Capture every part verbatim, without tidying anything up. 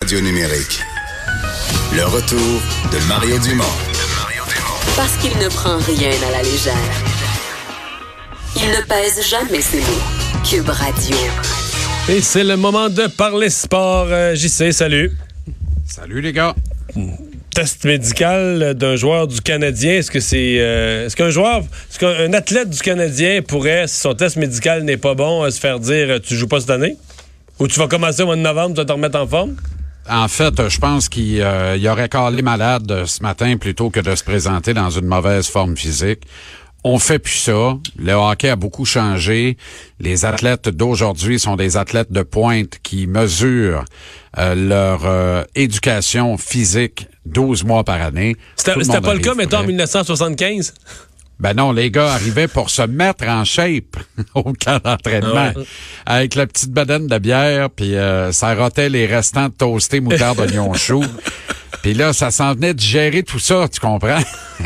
Radio numérique. Le retour de Mario Dumont. Parce qu'il ne prend rien à la légère. Il ne pèse jamais ses mots. Cube Radio. Et c'est le moment de parler sport. Euh, J C, salut. Salut les gars. Test médical d'un joueur du Canadien. Est-ce que c'est euh, est-ce qu'un joueur, est-ce qu'un athlète du Canadien pourrait, si son test médical n'est pas bon, se faire dire tu joues pas cette année? Ou tu vas commencer au mois de novembre, tu vas te remettre en forme? En fait, je pense qu'il euh, il aurait calé malade ce matin plutôt que de se présenter dans une mauvaise forme physique. On fait plus ça. Le hockey a beaucoup changé. Les athlètes d'aujourd'hui sont des athlètes de pointe qui mesurent euh, leur euh, éducation physique douze mois par année. C'était, c'était pas le cas, mettons, en dix-neuf cent soixante-quinze? Ben non, les gars arrivaient pour se mettre en shape au camp d'entraînement. Ouais. Avec la petite bedaine de bière, puis euh, ça rotait les restants de toasté moutarde oignon chou. Puis là, ça s'en venait de gérer tout ça, tu comprends?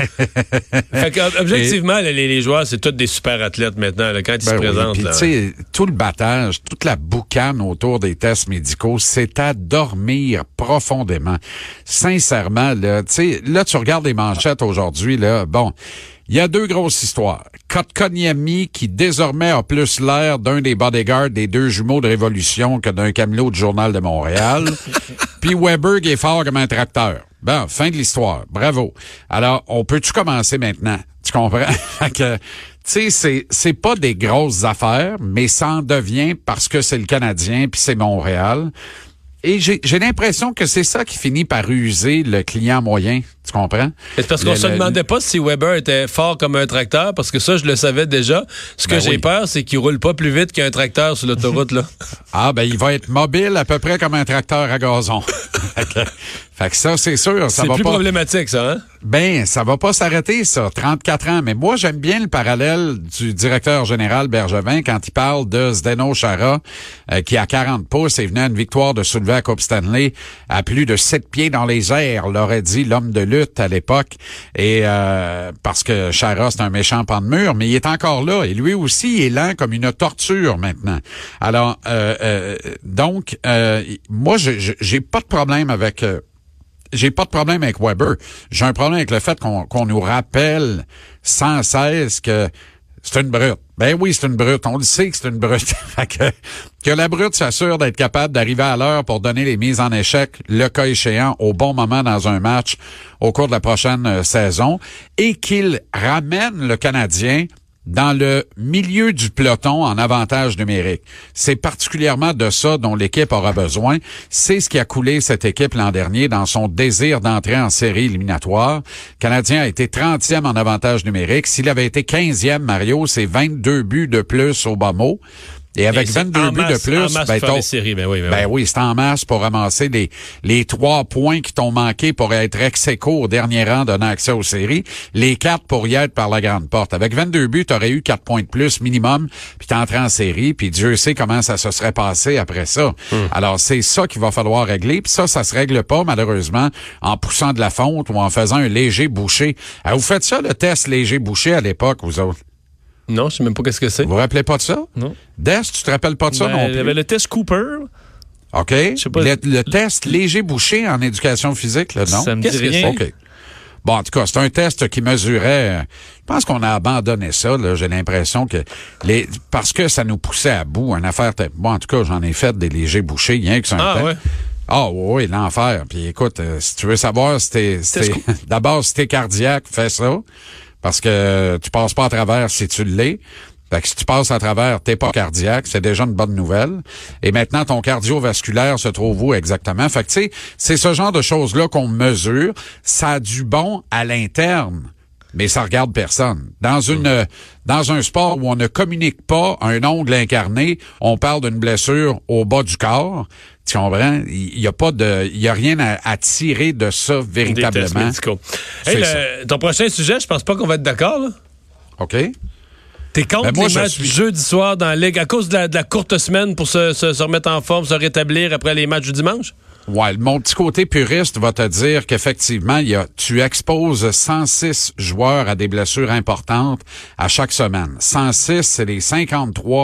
Fait que, objectivement, Et, les, les joueurs, c'est tous des super athlètes maintenant, là, quand ils ben se oui, présentent. Puis tu sais, tout le battage, toute la boucane autour des tests médicaux, c'est à dormir profondément. Sincèrement, là, tu sais, là, tu regardes les manchettes aujourd'hui, là, bon... Il y a deux grosses histoires. Kotkaniemi, qui désormais a plus l'air d'un des bodyguards des deux jumeaux de Révolution que d'un camelot du Journal de Montréal. Puis Weber qui est fort comme un tracteur. Bon, fin de l'histoire. Bravo. Alors, on peut-tu commencer maintenant? Tu comprends? Fait que, tu sais, c'est, c'est pas des grosses affaires, mais ça en devient parce que c'est le Canadien puis c'est Montréal. Et j'ai, j'ai l'impression que c'est ça qui finit par user le client moyen. Tu comprends? C'est parce qu'on le, se le... demandait pas si Weber était fort comme un tracteur, parce que ça, je le savais déjà. Ce que ben j'ai oui. peur, c'est qu'il roule pas plus vite qu'un tracteur sur l'autoroute, là. Ah, ben, il va être mobile à peu près comme un tracteur à gazon. Fait que ça, c'est sûr, ça c'est va plus pas... problématique, ça, hein? Ben, ça va pas s'arrêter, ça. trente-quatre ans. Mais moi, j'aime bien le parallèle du directeur général Bergevin quand il parle de Zdeno Chara, euh, qui, à quarante pouces, est venu à une victoire de soulever à Coupe Stanley à plus de sept pieds dans les airs, l'aurait dit l'homme de lutte à l'époque. Et, euh, parce que Chara, c'est un méchant pan de mur, mais il est encore là. Et lui aussi, il est lent comme une torture maintenant. Alors, euh, euh, donc, euh, moi, j'ai, j'ai pas de problème avec... Euh, J'ai pas de problème avec Weber. J'ai un problème avec le fait qu'on, qu'on nous rappelle sans cesse que c'est une brute. Ben oui, c'est une brute. On le sait que c'est une brute. Fait que, que la brute s'assure d'être capable d'arriver à l'heure pour donner les mises en échec, le cas échéant, au bon moment dans un match au cours de la prochaine euh, saison, et qu'il ramène le Canadien dans le milieu du peloton en avantage numérique. C'est particulièrement de ça dont l'équipe aura besoin. C'est ce qui a coulé cette équipe l'an dernier dans son désir d'entrer en série éliminatoire. Le Canadien a été trentième en avantage numérique. S'il avait été quinzième, Mario, c'est vingt-deux buts de plus au bas mot. Et avec Et vingt-deux buts masse, de plus, ben, ton... séries, ben oui, ben, ben oui. oui, c'est en masse pour ramasser les les trois points qui t'ont manqué pour être ex-aequo au dernier rang donnant accès aux séries, les quatre pour y être par la grande porte. Avec vingt-deux buts, t'aurais eu quatre points de plus minimum, puis t'es entré en série, puis Dieu sait comment ça se serait passé après ça. Hum. Alors c'est ça qu'il va falloir régler, puis ça, ça se règle pas malheureusement en poussant de la fonte ou en faisant un léger boucher. Alors, vous faites ça le test léger boucher à l'époque, vous autres? Non, je sais même pas qu'est-ce que c'est. Vous vous rappelez pas de ça? Non. Des, tu te rappelles pas de ça ben, non plus? Il y avait le test Cooper. OK. Je sais pas. Le, le test léger bouché en éducation physique, là, non? Ça me dit rien. OK. Bon, en tout cas, c'est un test qui mesurait... Je pense qu'on a abandonné ça, là. J'ai l'impression que... les parce que ça nous poussait à bout. Une affaire... Bon, en tout cas, j'en ai fait des légers bouchés, rien que ça. Ah, ouais. Ah oui, l'enfer. Puis écoute, euh, si tu veux savoir si t'es... Si t'es d'abord, si t'es cardiaque, fais ça. Parce que tu passes pas à travers si tu l'es. Fait que si tu passes à travers, t'es pas cardiaque, c'est déjà une bonne nouvelle. Et maintenant, ton cardiovasculaire se trouve où exactement? Fait que tu sais, c'est ce genre de choses-là qu'on mesure. Ça a du bon à l'interne, mais ça regarde personne. Dans une, mmh. dans un sport où on ne communique pas un ongle incarné, on parle d'une blessure au bas du corps. Tu comprends? Il y a pas de, il y a rien à, à tirer de ça véritablement. Hey, le, ton prochain sujet, je pense pas qu'on va être d'accord, là. OK. T'es contre ben moi, les matchs suis... jeudi soir dans la Ligue à cause de la, de la courte semaine pour se, se, se remettre en forme, se rétablir après les matchs du dimanche? Ouais, mon petit côté puriste va te dire qu'effectivement, il y a, tu exposes cent six joueurs à des blessures importantes à chaque semaine. cent six, c'est les cinquante-trois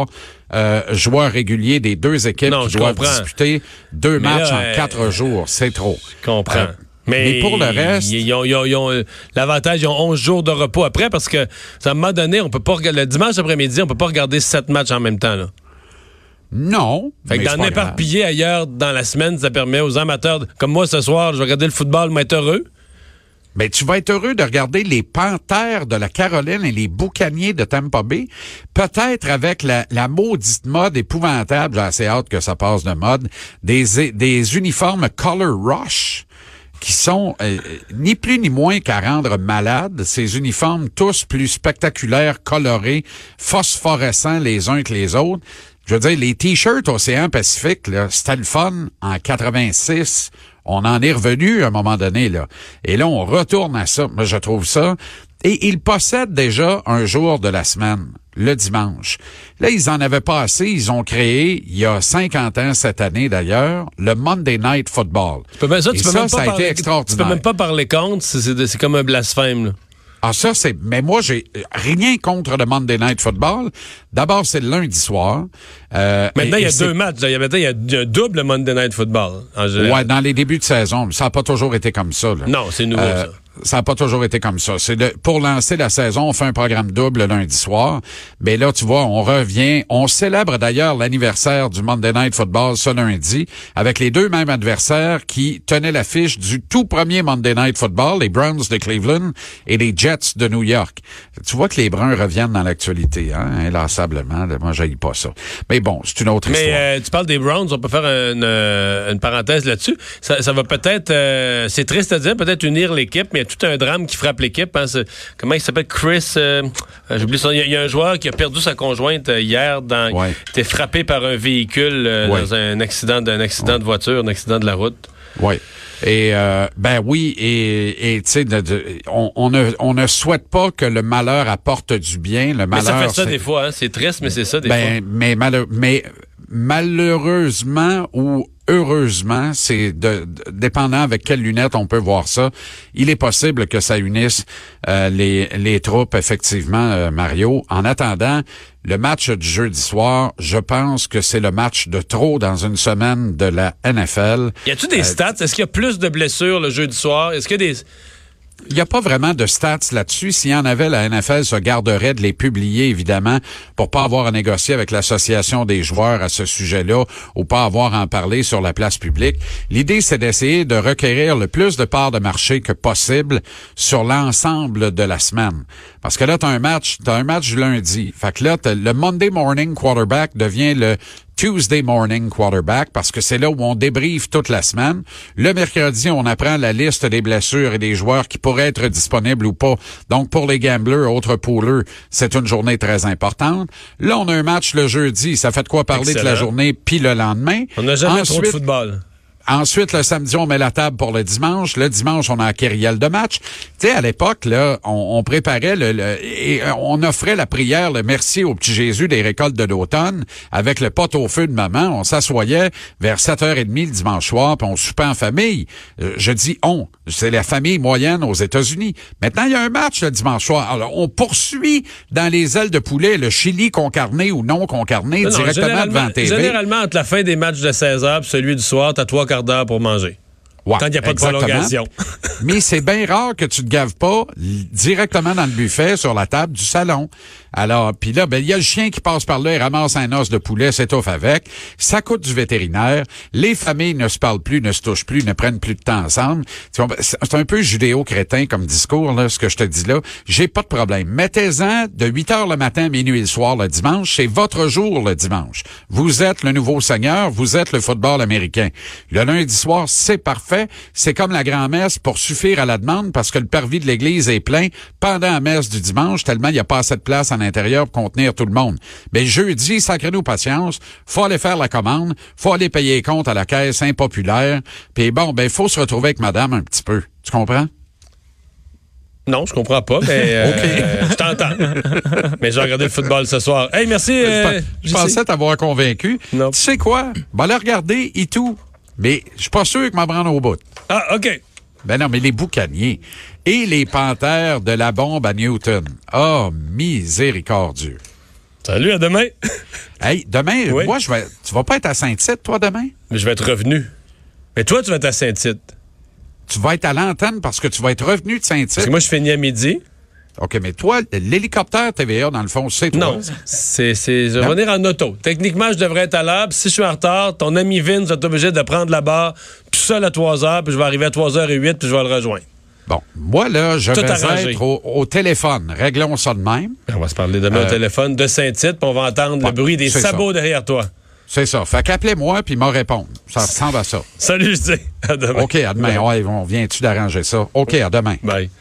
euh, joueurs réguliers des deux équipes non, qui je doivent comprends. disputer deux Mais matchs là, en euh, quatre jours. C'est trop. Je comprends. Euh, Mais, mais pour le reste... Ils, ils ont, ils ont, ils ont, euh, l'avantage, ils ont onze jours de repos après parce que, à un moment donné, on peut pas regarder, le dimanche après-midi, on peut pas regarder sept matchs en même temps, là. Non. Fait que mais c'est d'en pas éparpiller ailleurs dans la semaine, ça permet aux amateurs, de, comme moi ce soir, je vais regarder le football, m'être heureux. Ben, tu vas être heureux de regarder les Panthères de la Caroline et les Boucaniers de Tampa Bay. Peut-être avec la, la maudite mode épouvantable, j'ai assez hâte que ça passe de mode, des, des uniformes Color Rush qui sont euh, ni plus ni moins qu'à rendre malades. Ces uniformes tous plus spectaculaires, colorés, phosphorescents les uns que les autres. Je veux dire, les T-shirts Océan Pacifique, là, c'était le fun en quatre-vingt-six. On en est revenu à un moment donné, là. Et là, on retourne à ça. Moi, je trouve ça. Et ils possèdent déjà un jour de la semaine, le dimanche. Là, ils en avaient pas assez. Ils ont créé, il y a cinquante ans cette année d'ailleurs, le Monday Night Football. Tu peux, ben ça, tu Et peux ça, même pas ça a parler, été extraordinaire. Tu peux même pas parler contre, c'est, c'est, c'est comme un blasphème, là. Ah, ça, c'est, mais moi, j'ai rien contre le Monday Night Football. D'abord, c'est le lundi soir. Euh, Maintenant, et, il y a et deux matchs. Il y a, maintenant, il y a un double Monday Night Football. En général. Ouais, dans les débuts de saison. Ça n'a pas toujours été comme ça, là. Non, c'est nouveau, Euh, ça. Ça n'a pas toujours été comme ça. C'est de, pour lancer la saison, on fait un programme double le lundi soir. Mais là, tu vois, on revient. On célèbre d'ailleurs l'anniversaire du Monday Night Football ce lundi avec les deux mêmes adversaires qui tenaient l'affiche du tout premier Monday Night Football, les Browns de Cleveland et les Jets de New York. Tu vois que les Bruns reviennent dans l'actualité, hein, inlassablement. Moi, j'haïs pas ça. Mais bon, c'est une autre Mais histoire. euh, tu parles des Browns, on peut faire une, euh, une parenthèse là-dessus. Ça, ça va peut-être, euh, c'est triste à dire, peut-être unir l'équipe, mais il y a tout un drame qui frappe l'équipe. Hein. Comment il s'appelle? Chris, euh, j'oublie son. Il y, a, il y a un joueur qui a perdu sa conjointe euh, hier, dans, Ouais. était frappé par un véhicule euh, Ouais. dans un accident, d'un accident Ouais. de voiture, un accident de la route. Oui. Et euh, ben oui, et et tu sais, de- de- on, on ne on ne souhaite pas que le malheur apporte du bien. Le Mais malheur, ça fait ça c'est- des fois, hein. C'est triste, mais c'est ça des ben, fois. mais malheur, mais malheureusement ou heureusement, c'est de, de- dépendant avec quelles lunettes on peut voir ça. Il est possible que ça unisse euh, les les troupes, effectivement, euh, Mario. En attendant, le match du jeudi soir, je pense que c'est le match de trop dans une semaine de la N F L. Y a-tu des Euh, stats? Est-ce qu'il y a plus de blessures le jeudi soir? Est-ce qu'il y a des... Il n'y a pas vraiment de stats là-dessus. S'il y en avait, la N F L se garderait de les publier, évidemment, pour pas avoir à négocier avec l'association des joueurs à ce sujet-là ou pas avoir à en parler sur la place publique. L'idée, c'est d'essayer de requérir le plus de parts de marché que possible sur l'ensemble de la semaine. Parce que là, t'as un match, t'as un match lundi. Fait que là, t'as- le Monday morning quarterback devient le Tuesday morning quarterback parce que c'est là où on débriefe toute la semaine. Le mercredi, on apprend la liste des blessures et des joueurs qui pourraient être disponibles ou pas. Donc, pour les gamblers, autres poolers, c'est une journée très importante. Là, on a un match le jeudi. Ça fait de quoi parler Excellent. de la journée puis le lendemain. On n'a jamais trop de Ensuite, football. Ensuite, le samedi, on met la table pour le dimanche. Le dimanche, on a un querelle de match. Tu sais, à l'époque, là, on, on préparait le, le- et on offrait la prière, le merci au petit Jésus des récoltes de l'automne avec le pot au feu de maman. On s'assoyait vers sept heures trente le dimanche soir, puis on soupait en famille. Euh, Je dis on, c'est la famille moyenne aux États-Unis. Maintenant, il y a un match le dimanche soir. Alors, on poursuit dans les ailes de poulet le Chili concarné ou non concarné Non, non, directement généralement, devant T V. généralement, entre la fin des matchs de seize heures et celui du soir, t'as trois quarts d'heure pour manger. Ouais, Quand il n'y a pas exactement. de prolongation. Mais c'est bien rare que tu te gaves pas l- directement dans le buffet sur la table du salon. Alors, puis là, ben il y a le chien qui passe par là et ramasse un os de poulet, s'étouffe avec. Ça coûte du vétérinaire. Les familles ne se parlent plus, ne se touchent plus, ne prennent plus de temps ensemble. Tu vois, c'est un peu judéo-crétin comme discours, là, ce que je te dis là. J'ai pas de problème. Mettez-en de huit heures le matin, minuit le soir, le dimanche. C'est votre jour le dimanche. Vous êtes le nouveau seigneur, vous êtes le football américain. Le lundi soir, c'est parfait. C'est comme la grand-messe pour suffire à la demande parce que le parvis de l'église est plein pendant la messe du dimanche, tellement il n'y a pas assez de place en intérieur pour contenir tout le monde. Mais jeudi, sacrez-nous patience, faut aller faire la commande, faut aller payer les comptes à la caisse impopulaire, puis bon, ben faut se retrouver avec madame un petit peu. Tu comprends? Non, je comprends pas, mais euh, je t'entends. Mais j'ai regardé le football ce soir. Hey, merci. Euh, je pensais t'avoir convaincu. Non. Tu sais quoi? Ben le regarder et tout. Mais je suis pas sûr que m'en prendre au bout. Ah, OK. Ben non, mais les boucaniers et les panthères de la bombe à Newton. Oh, miséricordieux. Salut, à demain. Hey, demain, Oui. moi, je vais. Tu vas pas être à Saint-Tite, toi, demain? Mais je vais être revenu. Mais toi, tu vas être à Saint-Tite. Tu vas être à l'antenne parce que tu vas être revenu de Parce Saint-Tite. que moi, je finis à midi. OK, mais toi, l'hélicoptère T V A, dans le fond, c'est toi. Non, c'est, c'est, je vais Non? venir en auto. Techniquement, je devrais être à l'heure. Puis si je suis en retard, ton ami Vince va être obligé de prendre la barre tout seul à trois heures, puis je vais arriver à trois heures huit, puis je vais le rejoindre. Bon, moi, là, je Tout vais arrangé. être au, au téléphone. Réglons ça de même. On va se parler demain Euh, au téléphone de Saint-Tite, puis on va entendre ouais, le bruit des c'est sabots derrière toi. C'est ça. Fait qu'appelez-moi, puis m'a répondre. Ça ressemble à ça. Salut, je dis. À demain. OK, à demain. Bye. Ouais, on vient-tu d'arranger ça? OK, à demain. Bye.